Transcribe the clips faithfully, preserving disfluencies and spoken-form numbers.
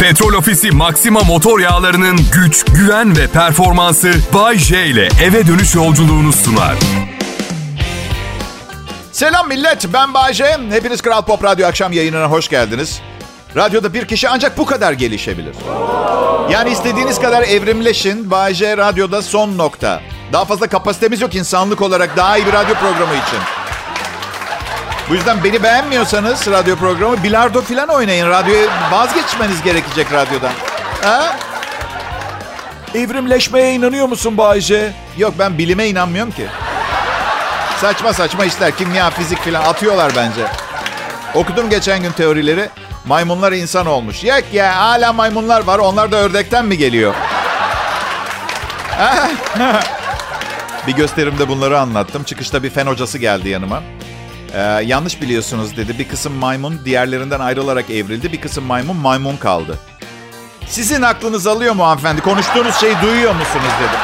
Petrol Ofisi Maxima motor yağlarının güç, güven ve performansı Bay J ile eve dönüş yolculuğunu sunar. Selam millet, ben Bay J. Hepiniz Kral Pop Radyo akşam yayınına hoş geldiniz. Radyoda bir kişi ancak bu kadar gelişebilir. Yani istediğiniz kadar evrimleşin, Bay J radyoda son nokta. Daha fazla kapasitemiz yok insanlık olarak daha iyi bir radyo programı için. Bu yüzden beni beğenmiyorsanız radyo programı, bilardo falan oynayın. Radyoya vazgeçmeniz gerekecek radyodan. Ha? Evrimleşmeye inanıyor musun Bay J? Yok, ben bilime inanmıyorum ki. Saçma saçma işler, kimya, fizik falan atıyorlar bence. Okudum geçen gün teorileri. Maymunlar insan olmuş. Yok ya, hala maymunlar var. Onlar da ördekten mi geliyor? Bir gösterimde bunları anlattım. Çıkışta bir fen hocası geldi yanıma. Ee, yanlış biliyorsunuz dedi. Bir kısım maymun diğerlerinden ayrılarak evrildi. Bir kısım maymun maymun kaldı. Sizin aklınız alıyor mu hanımefendi? Konuştuğunuz şeyi duyuyor musunuz dedi.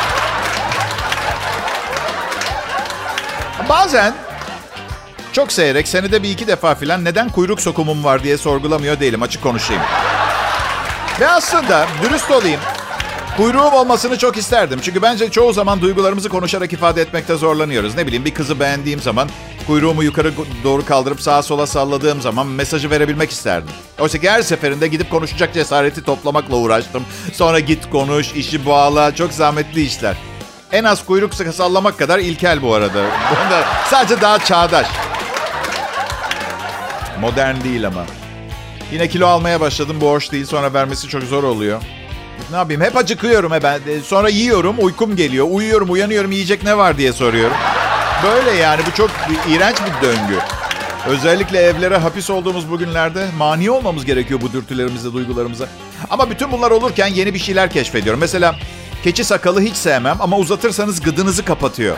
Bazen çok seyrek, senede bir iki defa filan neden kuyruk sokumum var diye sorgulamıyor değilim, açık konuşayım. Ve aslında dürüst olayım, kuyruğum olmasını çok isterdim. Çünkü bence çoğu zaman duygularımızı konuşarak ifade etmekte zorlanıyoruz. Ne bileyim, bir kızı beğendiğim zaman kuyruğumu yukarı doğru kaldırıp sağa sola salladığım zaman mesajı verebilmek isterdim. Oysa ki her seferinde gidip konuşacak cesareti toplamakla uğraştım. Sonra git konuş, işi bağla, çok zahmetli işler. En az kuyruk sallamak kadar ilkel bu arada. Sadece daha çağdaş. Modern değil ama. Yine kilo almaya başladım. Bu hoş değil. Sonra vermesi çok zor oluyor. Ne yapayım? Hep acıkıyorum. He ben. Sonra yiyorum. Uykum geliyor. Uyuyorum, uyanıyorum. Yiyecek ne var diye soruyorum. Böyle yani. Bu çok iğrenç bir döngü. Özellikle evlere hapis olduğumuz bu günlerde mani olmamız gerekiyor bu dürtülerimize, duygularımıza. Ama bütün bunlar olurken yeni bir şeyler keşfediyorum. Mesela keçi sakalı hiç sevmem ama uzatırsanız gıdınızı kapatıyor.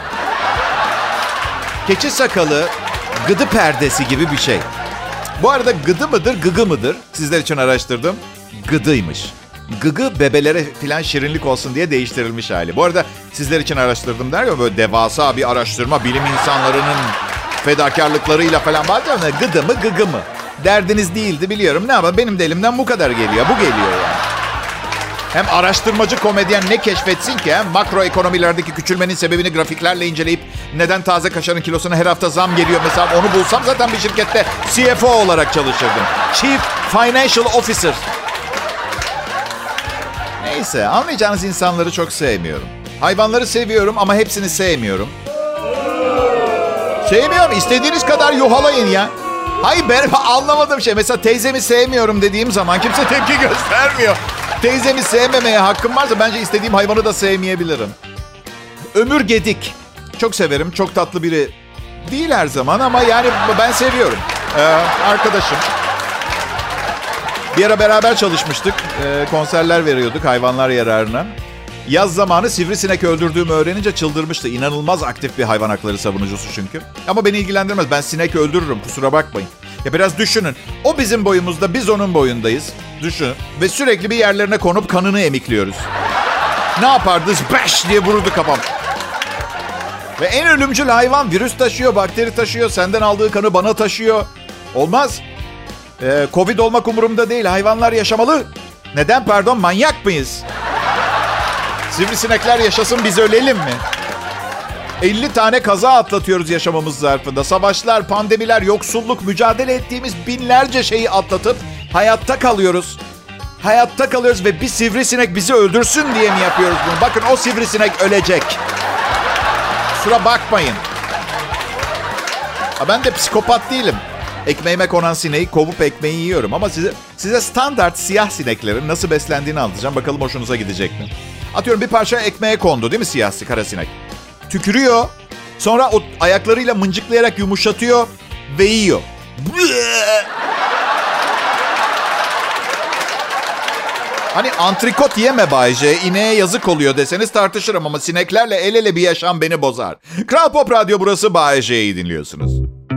Keçi sakalı gıdı perdesi gibi bir şey. Bu arada gıdı mıdır, gıgı mıdır? Sizler için araştırdım. Gıdıymış. Gıgı bebelere falan şirinlik olsun diye değiştirilmiş hali. Bu arada sizler için araştırdım der ya, böyle devasa bir araştırma, bilim insanlarının fedakarlıklarıyla falan. Bazen gıdı mı, gıgı mı? Derdiniz değildi biliyorum. Ne ama benim de elimden bu kadar geliyor. Bu geliyor yani. Hem araştırmacı komedyen ne keşfetsin ki? He? Makro ekonomilerdeki küçülmenin sebebini grafiklerle inceleyip neden taze kaşarın kilosuna her hafta zam geliyor mesela, onu bulsam zaten bir şirkette C F O olarak çalışırdım. Chief Financial Officer. Neyse, anlayacağınız insanları çok sevmiyorum. Hayvanları seviyorum ama hepsini sevmiyorum. Sevmiyorum. İstediğiniz kadar yuhalayın ya. Hayır, ben anlamadığım şey. Mesela teyzemi sevmiyorum dediğim zaman kimse tepki göstermiyor. Teyzemi sevmemeye hakkım varsa bence istediğim hayvanı da sevmeyebilirim. Ömür Gedik. Çok severim. Çok tatlı biri değil her zaman ama yani ben seviyorum. Ee, arkadaşım. Bir ara beraber çalışmıştık. Ee, konserler veriyorduk hayvanlar yararına. Yaz zamanı sivrisinek öldürdüğümü öğrenince çıldırmıştı. İnanılmaz aktif bir hayvan hakları savunucusu çünkü. Ama beni ilgilendirmez. Ben sinek öldürürüm, kusura bakmayın. Ya biraz düşünün. O bizim boyumuzda, biz onun boyundayız. Düşünün. Ve sürekli bir yerlerine konup kanını emikliyoruz. Ne yapardınız? Beş diye vururdu kafam. Ve en ölümcül hayvan virüs taşıyor, bakteri taşıyor. Senden aldığı kanı bana taşıyor. Olmaz. Ee, Covid olmak umurumda değil. Hayvanlar yaşamalı. Neden pardon? Manyak mıyız? Sivrisinekler yaşasın, biz ölelim mi? elli tane kaza atlatıyoruz yaşamamız zarfında. Savaşlar, pandemiler, yoksulluk, mücadele ettiğimiz binlerce şeyi atlatıp hayatta kalıyoruz. Hayatta kalıyoruz ve bir sivrisinek bizi öldürsün diye mi yapıyoruz bunu? Bakın, o sivrisinek ölecek. Kusura bakmayın. Ben de psikopat değilim. Ekmeğime konan sineği kovup ekmeği yiyorum. Ama size, size standart siyah sineklerin nasıl beslendiğini anlatacağım. Bakalım hoşunuza gidecek mi? Atıyorum, bir parça ekmeğe kondu değil mi siyah kara sinek? Tükürüyor. Sonra o ayaklarıyla mıncıklayarak yumuşatıyor ve yiyor. Hani antrikot yeme Bay J, ineğe yazık oluyor deseniz tartışırım ama sineklerle el ele bir yaşam beni bozar. Kral Pop Radyo burası, Bay J'yi dinliyorsunuz.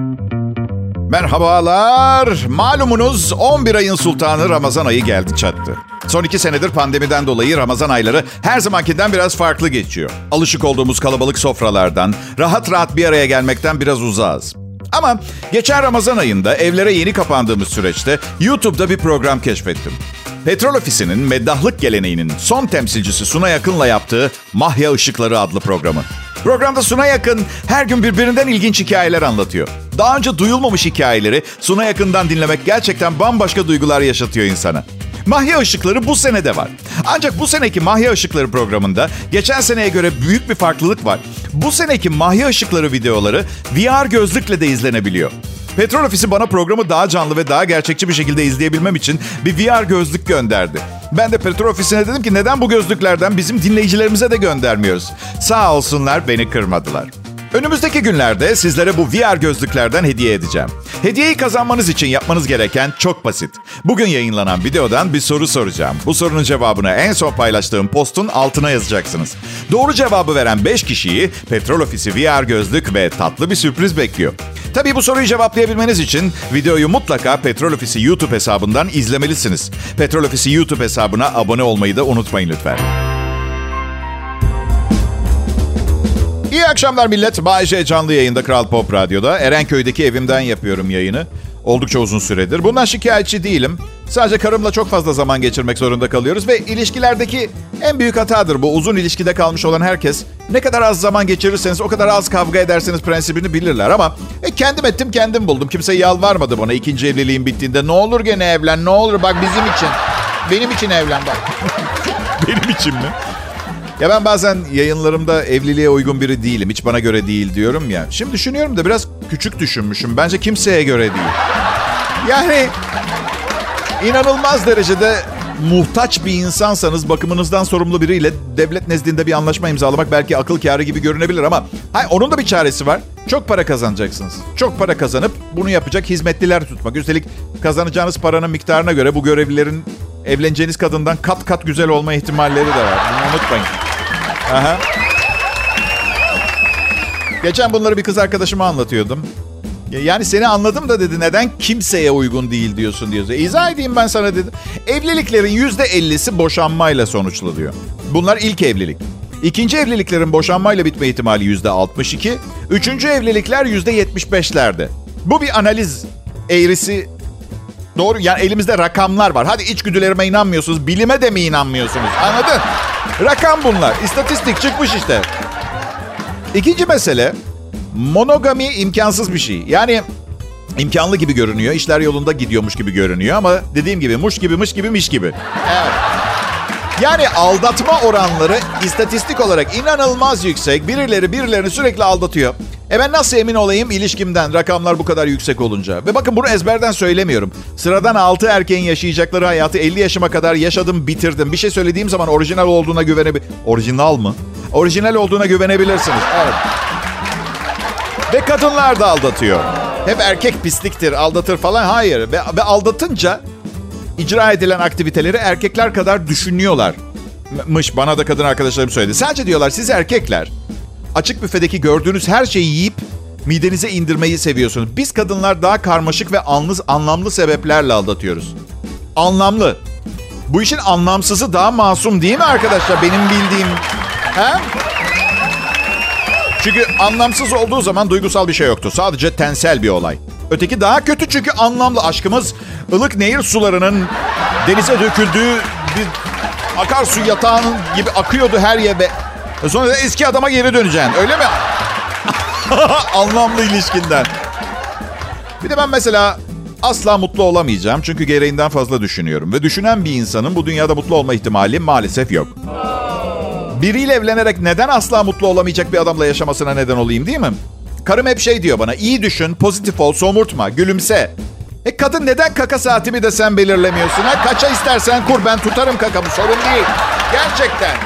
Merhabalar. Malumunuz on bir ayın sultanı Ramazan ayı geldi çattı. Son iki senedir pandemiden dolayı Ramazan ayları her zamankinden biraz farklı geçiyor. Alışık olduğumuz kalabalık sofralardan, rahat rahat bir araya gelmekten biraz uzağız. Ama geçen Ramazan ayında evlere yeni kapandığımız süreçte YouTube'da bir program keşfettim. Petrol Ofisi'nin meddahlık geleneğinin son temsilcisi Sunay Akın'la yaptığı Mahya Işıkları adlı programı. Programda Sunay Akın her gün birbirinden ilginç hikayeler anlatıyor. Daha önce duyulmamış hikayeleri Sunay Akın'dan dinlemek gerçekten bambaşka duygular yaşatıyor insana. Mahya Işıkları bu sene de var. Ancak bu seneki Mahya Işıkları programında geçen seneye göre büyük bir farklılık var. Bu seneki Mahya Işıkları videoları V R gözlükle de izlenebiliyor. Petrol Ofisi bana programı daha canlı ve daha gerçekçi bir şekilde izleyebilmem için bir V R gözlük gönderdi. Ben de Petrol Ofisi'ne dedim ki neden bu gözlüklerden bizim dinleyicilerimize de göndermiyoruz? Sağ olsunlar, beni kırmadılar. Önümüzdeki günlerde sizlere bu V R gözlüklerden hediye edeceğim. Hediyeyi kazanmanız için yapmanız gereken çok basit. Bugün yayınlanan videodan bir soru soracağım. Bu sorunun cevabını en son paylaştığım postun altına yazacaksınız. Doğru cevabı veren beş kişiyi Petrol Ofisi V R gözlük ve tatlı bir sürpriz bekliyor. Tabii bu soruyu cevaplayabilmeniz için videoyu mutlaka Petrol Ofisi YouTube hesabından izlemelisiniz. Petrol Ofisi YouTube hesabına abone olmayı da unutmayın lütfen. İyi akşamlar millet. Bay J canlı yayında Kral Pop Radyo'da. Erenköy'deki evimden yapıyorum yayını. Oldukça uzun süredir. Bundan şikayetçi değilim. Sadece karımla çok fazla zaman geçirmek zorunda kalıyoruz ve ilişkilerdeki en büyük hatadır bu. Uzun ilişkide kalmış olan herkes ne kadar az zaman geçirirseniz o kadar az kavga ederseniz prensibini bilirler ama e, kendim ettim kendim buldum. Kimse yalvarmadı bana ikinci evliliğim bittiğinde. Ne olur gene evlen, ne olur bak bizim için. Benim için evlen bak. Benim için mi? Ya ben bazen yayınlarımda evliliğe uygun biri değilim. Hiç bana göre değil diyorum ya. Şimdi düşünüyorum da biraz küçük düşünmüşüm. Bence kimseye göre değil. Yani inanılmaz derecede muhtaç bir insansanız bakımınızdan sorumlu biriyle devlet nezdinde bir anlaşma imzalamak belki akıl kârı gibi görünebilir ama hayır, onun da bir çaresi var. Çok para kazanacaksınız. Çok para kazanıp bunu yapacak hizmetliler tutmak. Üstelik kazanacağınız paranın miktarına göre bu görevlilerin evleneceğiniz kadından kat kat güzel olma ihtimalleri de var. Bunu unutmayın. Aha. Geçen bunları bir kız arkadaşıma anlatıyordum. Yani seni anladım da dedi, neden kimseye uygun değil diyorsun diyor. İzah edeyim ben sana dedim. Evliliklerin yüzde ellisi boşanmayla sonuçlu diyor. Bunlar ilk evlilik. İkinci evliliklerin boşanmayla bitme ihtimali yüzde altmış iki. Üçüncü evlilikler yüzde yetmiş beşlerde. Bu bir analiz eğrisi. Doğru, yani elimizde rakamlar var. Hadi içgüdülerime inanmıyorsunuz, bilime de mi inanmıyorsunuz? Anladın? Rakam bunlar. İstatistik çıkmış işte. İkinci mesele, monogami imkansız bir şey. Yani imkanlı gibi görünüyor. İşler yolunda gidiyormuş gibi görünüyor ama dediğim gibi muş gibi mış gibi miş gibi. Evet. Yani aldatma oranları istatistik olarak inanılmaz yüksek. Birileri birilerini sürekli aldatıyor. E ben nasıl emin olayım ilişkimden rakamlar bu kadar yüksek olunca? Ve bakın bunu ezberden söylemiyorum. Sıradan altı erkeğin yaşayacakları hayatı elli yaşıma kadar yaşadım, bitirdim. Bir şey söylediğim zaman orijinal olduğuna güvenebilir... Orijinal mı? Orijinal olduğuna güvenebilirsiniz. Evet. Ve kadınlar da aldatıyor. Hep erkek pisliktir, aldatır falan. Hayır. Ve, ve aldatınca icra edilen aktiviteleri erkekler kadar düşünüyorlar. Mış bana da kadın arkadaşlarım söyledi. Sadece diyorlar siz erkekler açık büfedeki gördüğünüz her şeyi yiyip midenize indirmeyi seviyorsunuz. Biz kadınlar daha karmaşık ve anlı, anlamlı sebeplerle aldatıyoruz. Anlamlı. Bu işin anlamsızı daha masum değil mi arkadaşlar? Benim bildiğim. He? Çünkü anlamsız olduğu zaman duygusal bir şey yoktu. Sadece tensel bir olay. Öteki daha kötü çünkü anlamlı. Aşkımız ılık nehir sularının denize döküldüğü bir akarsu yatağının gibi akıyordu her yere. Sonra da eski adama geri döneceksin. Öyle mi? Anlamlı ilişkinden. Bir de ben mesela asla mutlu olamayacağım. Çünkü gereğinden fazla düşünüyorum. Ve düşünen bir insanın bu dünyada mutlu olma ihtimali maalesef yok. Biriyle evlenerek neden asla mutlu olamayacak bir adamla yaşamasına neden olayım, değil mi? Karım hep şey diyor bana. İyi düşün, pozitif ol, somurtma, gülümse. E kadın neden kaka saatimi de sen belirlemiyorsun? Ha? Kaça istersen kur, ben tutarım kakamı, sorun değil. Gerçekten.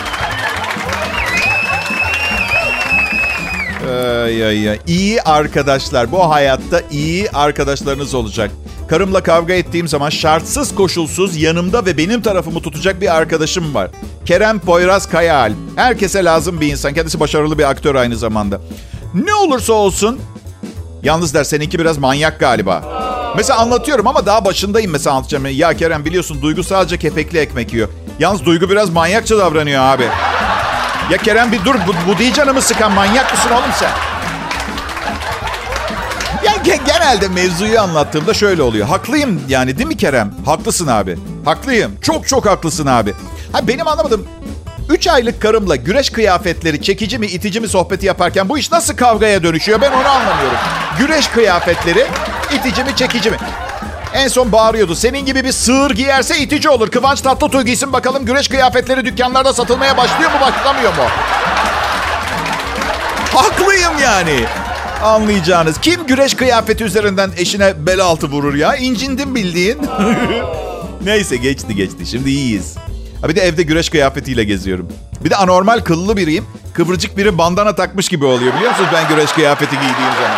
Ay, ay, ay. İyi arkadaşlar. Bu hayatta iyi arkadaşlarınız olacak. Karımla kavga ettiğim zaman şartsız koşulsuz yanımda ve benim tarafımı tutacak bir arkadaşım var. Kerem Poyraz Kayaalp. Herkese lazım bir insan. Kendisi başarılı bir aktör aynı zamanda. Ne olursa olsun. Yalnız der seninki biraz manyak galiba. Mesela anlatıyorum ama daha başındayım mesela anlatacağım. Ya Kerem biliyorsun Duygu sadece kepekli ekmek yiyor. Yalnız Duygu biraz manyakça davranıyor abi. Ya Kerem bir dur, bu, bu değil canımı sıkan, manyak mısın oğlum sen? Ya genelde mevzuyu anlattığımda şöyle oluyor. Haklıyım yani, değil mi Kerem? Haklısın abi. Haklıyım. Çok çok haklısın abi. Ha, benim anlamadım. Üç aylık karımla güreş kıyafetleri çekici mi itici mi sohbeti yaparken bu iş nasıl kavgaya dönüşüyor ben onu anlamıyorum. Güreş kıyafetleri itici mi çekici mi? En son bağırıyordu. Senin gibi bir sığır giyerse itici olur. Kıvanç Tatlıtuğ giysin bakalım güreş kıyafetleri dükkanlarda satılmaya başlıyor mu başlamıyor mu? Haklıyım yani. Anlayacağınız. Kim güreş kıyafeti üzerinden eşine bel altı vurur ya? İncindim bildiğin. Neyse geçti geçti. Şimdi iyiyiz. Ha bir de evde güreş kıyafetiyle geziyorum. Bir de anormal kıllı biriyim. Kıvırcık biri bandana takmış gibi oluyor biliyor musunuz ben güreş kıyafeti giydiğim zaman?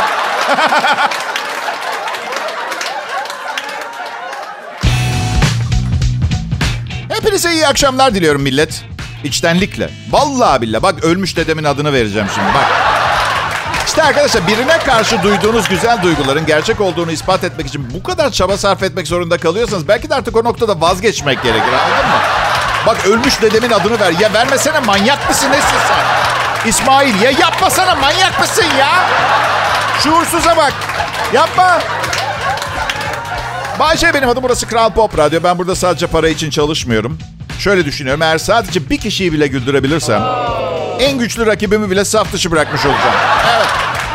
Hepinize iyi akşamlar diliyorum millet. İçtenlikle. Vallahi billahi. Bak ölmüş dedemin adını vereceğim şimdi bak. İşte arkadaşlar birine karşı duyduğunuz güzel duyguların gerçek olduğunu ispat etmek için bu kadar çaba sarf etmek zorunda kalıyorsanız belki de artık o noktada vazgeçmek gerekir anladın mı? Bak ölmüş dedemin adını ver. Ya vermesene manyak mısın nesin sen? İsmail ya yapmasana manyak mısın ya? Şuursuza bak. Yapma. Bayce benim adım burası Kral Pop Radyo. Ben burada sadece para için çalışmıyorum. Şöyle düşünüyorum eğer sadece bir kişiyi bile güldürebilirsem en güçlü rakibimi bile saf dışı bırakmış olacağım. Evet.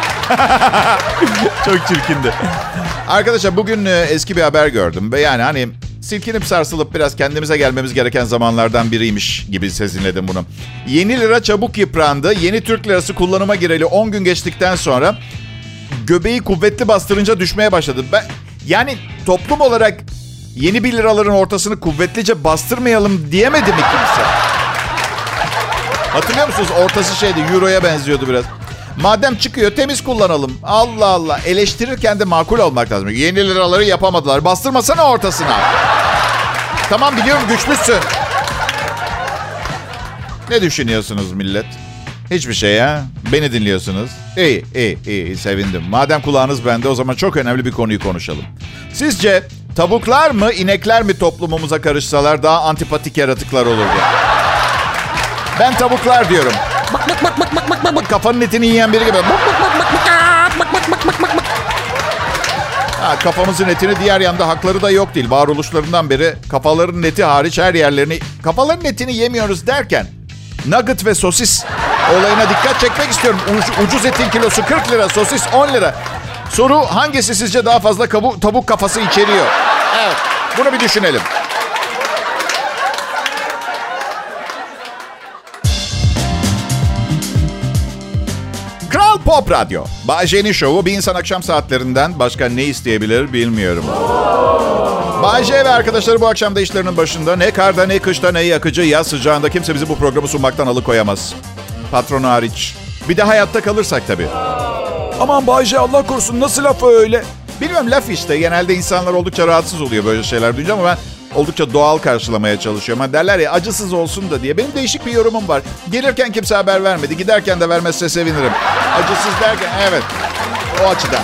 Çok çirkindi. Arkadaşlar bugün eski bir haber gördüm. Ve yani hani silkinip sarsılıp biraz kendimize gelmemiz gereken zamanlardan biriymiş gibi sezinledim bunu. Yeni lira çabuk yıprandı. Yeni Türk lirası kullanıma gireli on gün geçtikten sonra göbeği kuvvetli bastırınca düşmeye başladı. Ben, yani toplum olarak yeni bir liraların ortasını kuvvetlice bastırmayalım diyemedi mi kimse? Hatırlıyor musunuz? Ortası şeydi, euroya benziyordu biraz. Madem çıkıyor temiz kullanalım. Allah Allah. Eleştirirken de makul olmak lazım. Yeni liraları yapamadılar. Bastırmasana ortasına. Tamam biliyorum güçlüsün. Ne düşünüyorsunuz millet? Hiçbir şey ya. Beni dinliyorsunuz. İyi, iyi, iyi. Sevindim. Madem kulağınız bende o zaman çok önemli bir konuyu konuşalım. Sizce tavuklar mı, inekler mi toplumumuza karışsalar daha antipatik yaratıklar olurdu? Ben tavuklar diyorum. Bak bak bak bak bak bak bak bak kafanın etini yiyen biri gibi. Bak bak bak bak bak bak bak bak bak bak. Ha, kafamızın etini diğer yanda hakları da yok değil. Varoluşlarından beri kafaların eti hariç her yerlerini kafaların etini yemiyoruz derken nugget ve sosis olayına dikkat çekmek istiyorum. Ucuz, ucuz etin kilosu kırk lira, sosis on lira. Soru hangisi sizce daha fazla kabu, tavuk kafası içeriyor? Evet, bunu bir düşünelim. Kral Pop Radyo. Bay J'nin şovu bir insan akşam saatlerinden başka ne isteyebilir bilmiyorum. Bay J ve arkadaşları bu akşam da işlerinin başında. Ne karda, ne kışta, ne yakıcı, yaz sıcağında kimse bizi bu programı sunmaktan alıkoyamaz. Patronu hariç. Bir de hayatta kalırsak tabii. Aman Bay J Allah korusun nasıl laf öyle? Bilmiyorum laf işte. Genelde insanlar oldukça rahatsız oluyor böyle şeyler duyunca ama ben oldukça doğal karşılamaya çalışıyorum. Hani derler ya acısız olsun da diye. Benim değişik bir yorumum var. Gelirken kimse haber vermedi. Giderken de vermezse sevinirim. Acısız derken evet. O açıdan.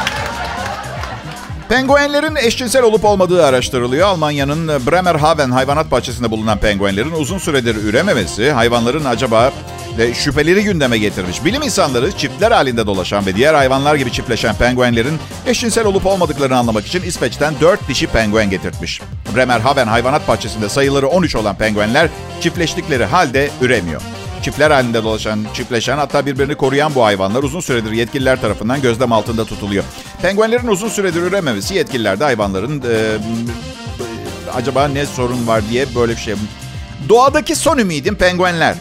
Penguenlerin eşcinsel olup olmadığı araştırılıyor. Almanya'nın Bremerhaven hayvanat bahçesinde bulunan penguenlerin uzun süredir ürememesi hayvanların acaba ve şüpheleri gündeme getirmiş. Bilim insanları çiftler halinde dolaşan ve diğer hayvanlar gibi çiftleşen penguenlerin eşcinsel olup olmadıklarını anlamak için İsveç'ten dört dişi penguen getirtmiş. Bremerhaven hayvanat bahçesinde sayıları on üç olan penguenler çiftleştikleri halde üremiyor. Çiftler halinde dolaşan, çiftleşen hatta birbirini koruyan bu hayvanlar uzun süredir yetkililer tarafından gözlem altında tutuluyor. Penguenlerin uzun süredir ürememesi yetkililerde hayvanların e, e, acaba ne sorun var diye böyle bir şey. Doğadaki son ümidim penguenler.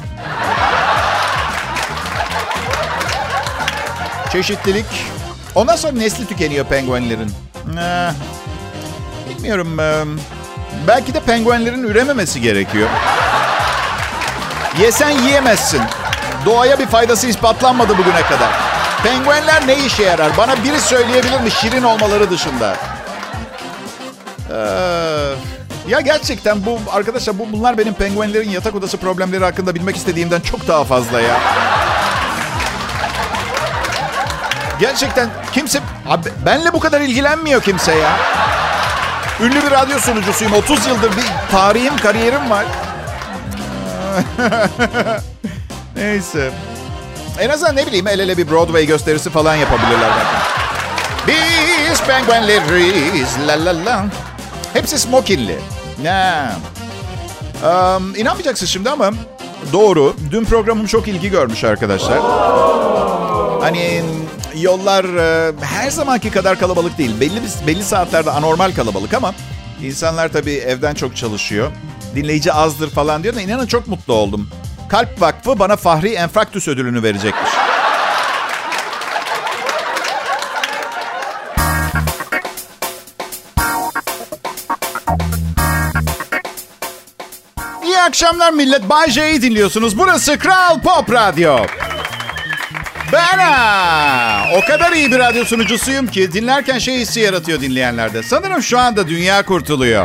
Çeşitlilik. Ondan sonra nesli tükeniyor penguenlerin. Ee, bilmiyorum. E, belki de penguenlerin ürememesi gerekiyor. Yesen yiyemezsin. Doğaya bir faydası ispatlanmadı bugüne kadar. Penguenler ne işe yarar? Bana biri söyleyebilir mi şirin olmaları dışında? Ee, ya gerçekten bu arkadaşlar bu bunlar benim penguenlerin yatak odası problemleri hakkında bilmek istediğimden çok daha fazla ya. Gerçekten kimse abi, benle bu kadar ilgilenmiyor kimse ya. Ünlü bir radyo sunucusuyum. otuz yıldır bir tarihim, kariyerim var. Neyse. En azından ne bileyim el ele bir Broadway gösterisi falan yapabilirler belki. Biz penguenleriz la la la. Hepsi smokinli. Ne? Um, inanmayacaksınız şimdi ama doğru. Dün programım çok ilgi görmüş arkadaşlar. Hani yollar e, her zamanki kadar kalabalık değil. Belli belli saatlerde anormal kalabalık ama insanlar tabii evden çok çalışıyor. Dinleyici azdır falan diyor da inanın çok mutlu oldum. Kalp Vakfı bana Fahri Enfarktüs ödülünü verecekmiş. İyi akşamlar millet. Bay J'yi dinliyorsunuz. Burası Kral Pop Radyo. Ben ha, o kadar iyi bir radyo sunucusuyum ki dinlerken şey hissi yaratıyor dinleyenlerde. Sanırım şu anda dünya kurtuluyor.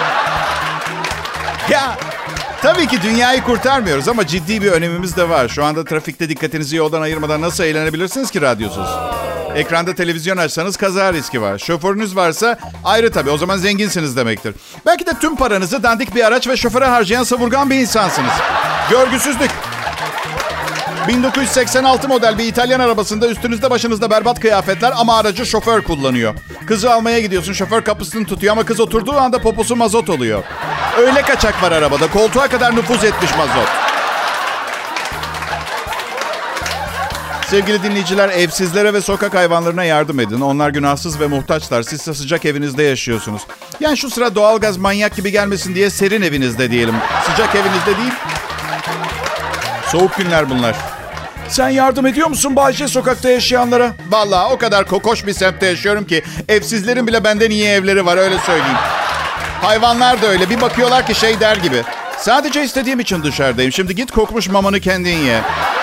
Ya tabii ki dünyayı kurtarmıyoruz ama ciddi bir önemimiz de var. Şu anda trafikte dikkatinizi yoldan ayırmadan nasıl eğlenebilirsiniz ki radyosuz? Ekranda televizyon açsanız kaza riski var. Şoförünüz varsa ayrı tabii, o zaman zenginsiniz demektir. Belki de tüm paranızı dandik bir araç ve şoföre harcayan savurgan bir insansınız. Görgüsüzlük. bin dokuz yüz seksen altı model bir İtalyan arabasında üstünüzde başınızda berbat kıyafetler ama aracı şoför kullanıyor. Kızı almaya gidiyorsun, şoför kapısını tutuyor ama kız oturduğu anda poposu mazot oluyor. Öyle kaçak var arabada, koltuğa kadar nüfuz etmiş mazot. Sevgili dinleyiciler, evsizlere ve sokak hayvanlarına yardım edin. Onlar günahsız ve muhtaçlar. Siz ise sıcak evinizde yaşıyorsunuz. Yani şu sıra doğalgaz manyak gibi gelmesin diye serin evinizde diyelim. Sıcak evinizde değil. Soğuk günler bunlar. Sen yardım ediyor musun Bayce sokakta yaşayanlara? Vallahi o kadar kokoş bir semtte yaşıyorum ki evsizlerin bile benden iyi evleri var, öyle söyleyeyim. Hayvanlar da öyle. Bir bakıyorlar ki şey der gibi. Sadece istediğim için dışarıdayım. Şimdi git kokmuş mamanı kendin ye.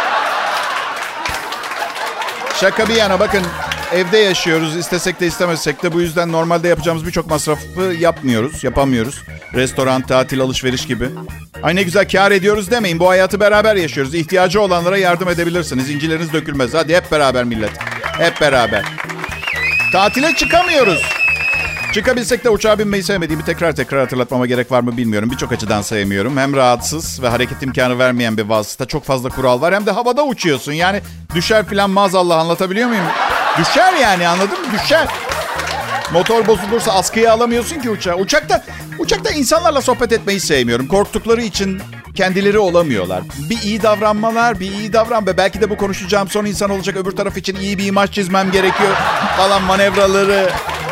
Şaka bir yana, bakın evde yaşıyoruz. İstesek de istemesek de bu yüzden normalde yapacağımız birçok masrafı yapmıyoruz, yapamıyoruz. Restoran, tatil, alışveriş gibi. Ay ne güzel kâr ediyoruz demeyin. Bu hayatı beraber yaşıyoruz. İhtiyacı olanlara yardım edebilirsiniz. İncileriniz dökülmez. Hadi hep beraber millet. Hep beraber. Tatile çıkamıyoruz. Çıkabilsek de uçağa binmeyi sevmediğimi tekrar tekrar hatırlatmama gerek var mı bilmiyorum. Birçok açıdan sevmiyorum. Hem rahatsız ve hareket imkanı vermeyen bir vasıta. Çok fazla kural var. Hem de havada uçuyorsun. Yani düşer filan maazallah, anlatabiliyor muyum? Düşer yani, anladın mı? Düşer. Motor bozulursa askıya alamıyorsun ki uçağı. Uçakta, uçakta insanlarla sohbet etmeyi sevmiyorum. Korktukları için kendileri olamıyorlar. Bir iyi davranmalar, bir iyi davran be. Belki de bu konuşacağım son insan olacak. Öbür taraf için iyi bir imaj çizmem gerekiyor falan manevraları.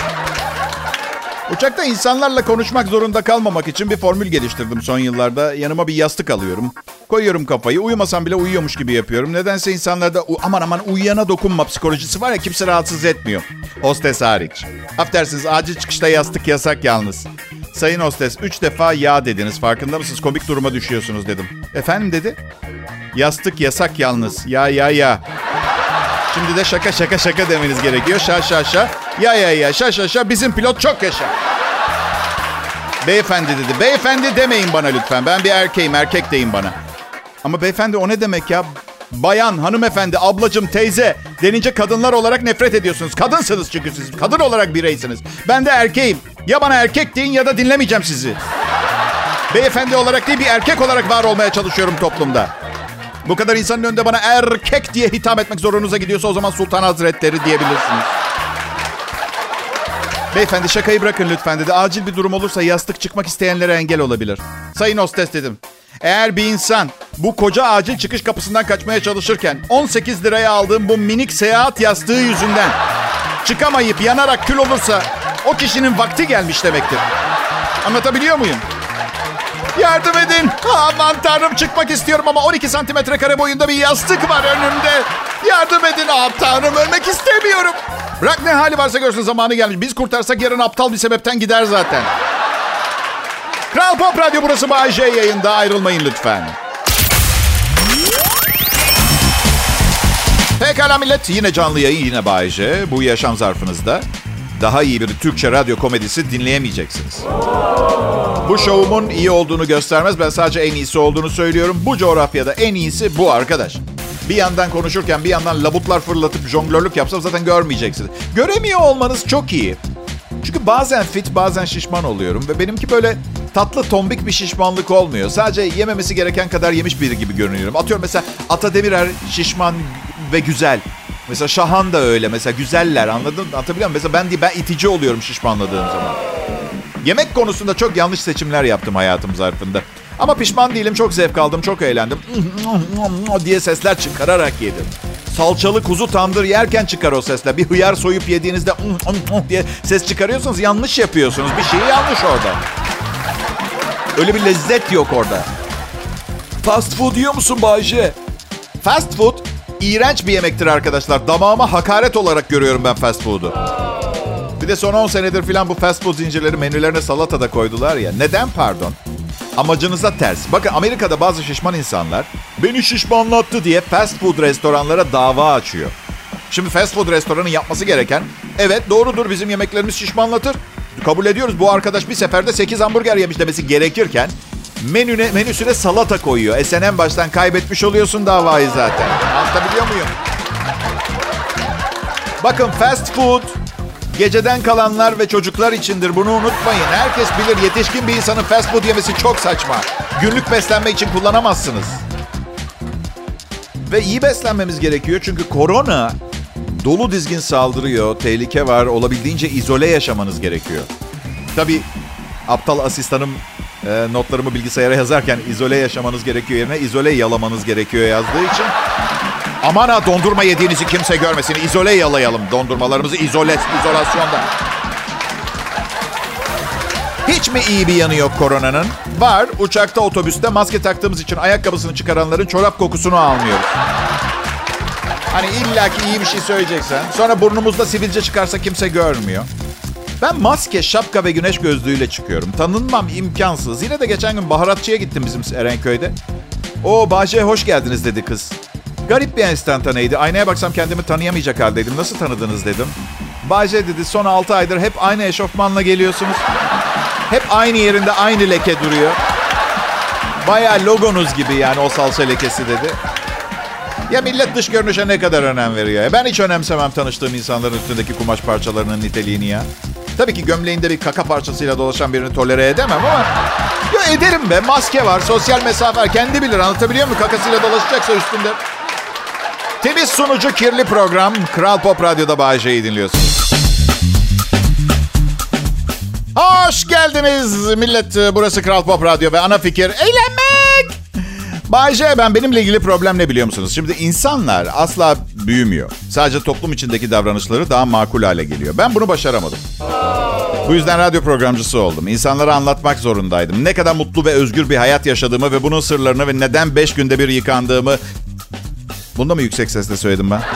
Uçakta insanlarla konuşmak zorunda kalmamak için bir formül geliştirdim son yıllarda. Yanıma bir yastık alıyorum. Koyuyorum kafayı. Uyumasam bile uyuyormuş gibi yapıyorum. Nedense insanlarda aman aman uyuyana dokunma psikolojisi var ya, kimse rahatsız etmiyor. Hostes hariç. Affedersiniz, acil çıkışta yastık yasak yalnız. Sayın hostes, üç defa ya dediniz. Farkında mısınız? Komik duruma düşüyorsunuz dedim. Efendim dedi. Yastık yasak yalnız. Ya ya ya. Şimdi de şaka şaka şaka demeniz gerekiyor. Şa şa şa. Ya ya ya. Şa şa şa. Bizim pilot çok yaşa. Beyefendi dedi. Beyefendi demeyin bana lütfen. Ben bir erkeğim. Erkek deyin bana. Ama beyefendi o ne demek ya? Bayan, hanımefendi, ablacım, teyze denince kadınlar olarak nefret ediyorsunuz. Kadınsınız çünkü siz. Kadın olarak bireysiniz. Ben de erkeğim. Ya bana erkek deyin ya da dinlemeyeceğim sizi. Beyefendi olarak değil, bir erkek olarak var olmaya çalışıyorum toplumda. Bu kadar insanın önünde bana erkek diye hitap etmek zorunuza gidiyorsa o zaman Sultan Hazretleri diyebilirsiniz. Beyefendi şakayı bırakın lütfen dedi. Acil bir durum olursa yastık çıkmak isteyenlere engel olabilir. Sayın hostes dedim. Eğer bir insan bu koca acil çıkış kapısından kaçmaya çalışırken on sekiz liraya aldığım bu minik seyahat yastığı yüzünden çıkamayıp yanarak kül olursa o kişinin vakti gelmiş demektir. Anlatabiliyor muyum? Yardım edin. Aman tanrım, çıkmak istiyorum ama on iki santimetre kare boyunda bir yastık var önümde. Yardım edin. Aman tanrım, ölmek istemiyorum. Bırak ne hali varsa görsün, zamanı gelmiş. Biz kurtarsak yarın aptal bir sebepten gider zaten. Kral Pop Radyo, burası Bay J yayında. Ayrılmayın lütfen. Pekala millet, yine canlı yayın, yine Bay J. Bu yaşam zarfınızda daha iyi bir Türkçe radyo komedisi dinleyemeyeceksiniz. Bu şovumun iyi olduğunu göstermez. Ben sadece en iyisi olduğunu söylüyorum. Bu coğrafyada en iyisi bu arkadaş. Bir yandan konuşurken bir yandan labutlar fırlatıp jonglörlük yapsam zaten görmeyeceksiniz. Göremiyor olmanız çok iyi. Çünkü bazen fit, bazen şişman oluyorum. Ve benimki böyle tatlı, tombik bir şişmanlık olmuyor. Sadece yememesi gereken kadar yemiş biri gibi görünüyorum. Atıyorum mesela Ata Demirer şişman ve güzel. Mesela Şahan da öyle. Mesela güzeller, anladın mı? Atabiliyor muyum? Mesela ben değil, ben itici oluyorum şişmanladığım zaman. Yemek konusunda çok yanlış seçimler yaptım hayatım zarfında. Ama pişman değilim, çok zevk aldım, çok eğlendim diye sesler çıkararak yedim. Salçalı kuzu tandır yerken çıkar o sesler. Bir hıyar soyup yediğinizde diye ses çıkarıyorsanız yanlış yapıyorsunuz. Bir şey yanlış orada. Öyle bir lezzet yok orada. Fast food yiyor musun Bayce? Fast food iğrenç bir yemektir arkadaşlar. Damağıma hakaret olarak görüyorum ben fast food'u. Bir de son on senedir falan bu fast food zincirleri menülerine salata da koydular ya. Neden pardon? Amacınıza ters. Bakın Amerika'da bazı şişman insanlar beni şişmanlattı diye fast food restoranlara dava açıyor. Şimdi fast food restoranın yapması gereken, evet doğrudur bizim yemeklerimiz şişmanlatır. Kabul ediyoruz, bu arkadaş bir seferde sekiz hamburger yemiş demesi gerekirken menüne, menüsüne salata koyuyor. E sen en baştan kaybetmiş oluyorsun davayı zaten. Anlatabiliyor muyum? Bakın fast food geceden kalanlar ve çocuklar içindir. Bunu unutmayın. Herkes bilir, yetişkin bir insanın fast food yemesi çok saçma. Günlük beslenme için kullanamazsınız. Ve iyi beslenmemiz gerekiyor çünkü korona dolu dizgin saldırıyor. Tehlike var. Olabildiğince izole yaşamanız gerekiyor. Tabii aptal asistanım e, notlarımı bilgisayara yazarken izole yaşamanız gerekiyor yerine izole yalamanız gerekiyor yazdığı için. Aman ha, dondurma yediğinizi kimse görmesin. İzole yalayalım dondurmalarımızı, izole, izolasyonda. Hiç mi iyi bir yanı yok koronanın? Var. Uçakta, otobüste maske taktığımız için ayakkabısını çıkaranların çorap kokusunu almıyoruz. Hani illaki iyi bir şey söyleyeceksen. Sonra burnumuzda sivilce çıkarsa kimse görmüyor. Ben maske, şapka ve güneş gözlüğüyle çıkıyorum. Tanınmam imkansız. Yine de geçen gün baharatçıya gittim bizim Erenköy'de. O Bahçe hoş geldiniz dedi kız. Garip bir enstantaneydi. Aynaya baksam kendimi tanıyamayacak haldeydim. Nasıl tanıdınız dedim. Bahçe dedi son altı aydır hep aynı eşofmanla geliyorsunuz. Hep aynı yerinde aynı leke duruyor. Bayağı logonuz gibi yani o salça lekesi dedi. Ya millet dış görünüşe ne kadar önem veriyor ya. Ben hiç önemsemem tanıştığım insanların üstündeki kumaş parçalarının niteliğini ya. Tabii ki gömleğinde bir kaka parçasıyla dolaşan birini tolere edemem ama... Ya ederim be, maske var, sosyal mesafe var. Kendi bilir, anlatabiliyor muyum? Kakasıyla dolaşacaksa üstünde. Temiz sunucu, kirli program. Kral Pop Radyo'da Bay J'yi dinliyorsunuz. Hoş geldiniz millet. Burası Kral Pop Radyo ve ana fikir eğlenmek. Bay J, ben benimle ilgili problem ne biliyor musunuz? Şimdi insanlar asla büyümüyor. Sadece toplum içindeki davranışları daha makul hale geliyor. Ben bunu başaramadım. Bu yüzden radyo programcısı oldum. İnsanlara anlatmak zorundaydım. Ne kadar mutlu ve özgür bir hayat yaşadığımı ve bunun sırlarını ve neden beş günde bir yıkandığımı... Bunu da mı yüksek sesle söyledim ben?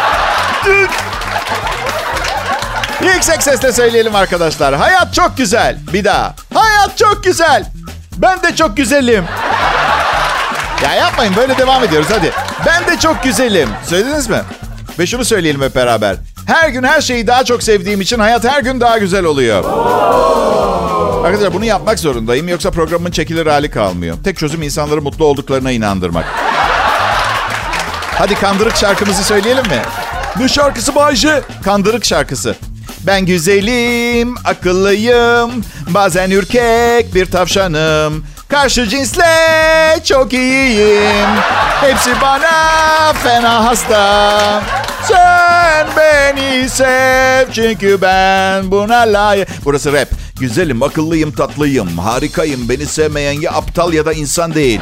Yüksek sesle söyleyelim arkadaşlar. Hayat çok güzel. Bir daha. Hayat çok güzel. Ben de çok güzelim. Ya yapmayın, böyle devam ediyoruz hadi. Ben de çok güzelim. Söylediniz mi? Ve şunu söyleyelim hep beraber. Her gün her şeyi daha çok sevdiğim için hayat her gün daha güzel oluyor. Arkadaşlar bunu yapmak zorundayım. Yoksa programın çekilir hali kalmıyor. Tek çözüm insanları mutlu olduklarına inandırmak. Hadi kandırık şarkımızı söyleyelim mi? Ne şarkısı Bayce? Kandırık şarkısı. Ben güzelim, akıllıyım, bazen ürkek bir tavşanım. Karşı cinsle çok iyiyim. Hepsi bana fena hasta. Sen beni sev çünkü ben buna layık. Burası rap. Güzelim, akıllıyım, tatlıyım, harikayım. Beni sevmeyen ya aptal ya da insan değil.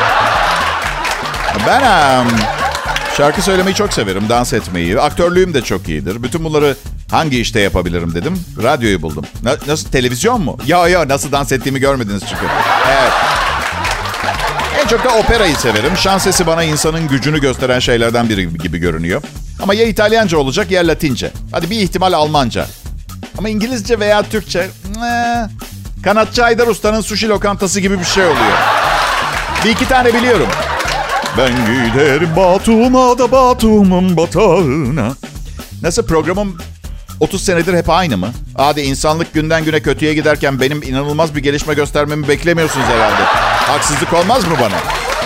Ben um, şarkı söylemeyi çok severim, dans etmeyi. Aktörlüğüm de çok iyidir. Bütün bunları hangi işte yapabilirim dedim. Radyoyu buldum. Na- nasıl, televizyon mu? Ya ya nasıl dans ettiğimi görmediniz çünkü. Evet. En çok da operayı severim. Şan sesi bana insanın gücünü gösteren şeylerden biri gibi görünüyor. Ama ya İtalyanca olacak ya Latince. Hadi bir ihtimal Almanca. Ama İngilizce veya Türkçe... Ee, Kanatçı Haydar Usta'nın sushi lokantası gibi bir şey oluyor. Bir iki tane biliyorum. Ben giderim Batum'a da Batum'un batağına. Nasıl, programım otuz senedir hep aynı mı? Hadi insanlık günden güne kötüye giderken benim inanılmaz bir gelişme göstermemi beklemiyorsunuz herhalde. Haksızlık olmaz mı bana?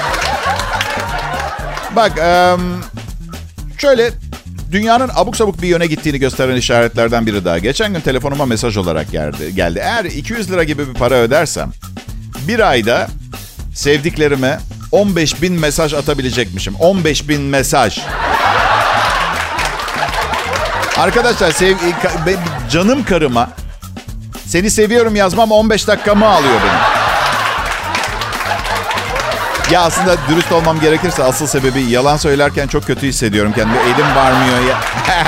Bak, şöyle dünyanın abuk sabuk bir yöne gittiğini gösteren işaretlerden biri daha. Geçen gün telefonuma mesaj olarak geldi. geldi. Eğer iki yüz lira gibi bir para ödersem bir ayda sevdiklerime on beş bin mesaj atabilecekmişim. on beş bin mesaj. Arkadaşlar sev, canım karıma Seni seviyorum yazmam on beş dakikamı alıyor benim. Ya aslında dürüst olmam gerekirse asıl sebebi yalan söylerken çok kötü hissediyorum kendimi. Elim varmıyor ya.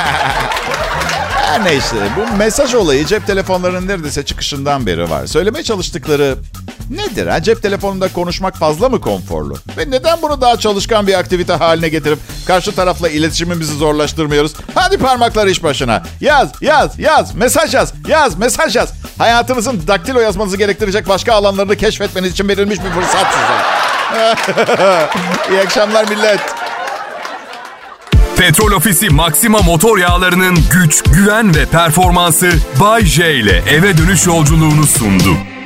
Her neyse, bu mesaj olayı cep telefonlarının neredeyse çıkışından beri var. Söylemeye çalıştıkları nedir? Ha? Cep telefonunda konuşmak fazla mı konforlu? Ve neden bunu daha çalışkan bir aktivite haline getirip karşı tarafla iletişimimizi zorlaştırmıyoruz? Hadi parmaklar iş başına. Yaz, yaz, yaz, mesaj yaz, yaz, mesaj yaz. Hayatınızın daktilo yazmanızı gerektirecek başka alanlarını keşfetmeniz için verilmiş bir fırsat size. İyi akşamlar millet. Petrol Ofisi Maxima motor yağlarının güç, güven ve performansı Bay J ile eve dönüş yolculuğunu sundu.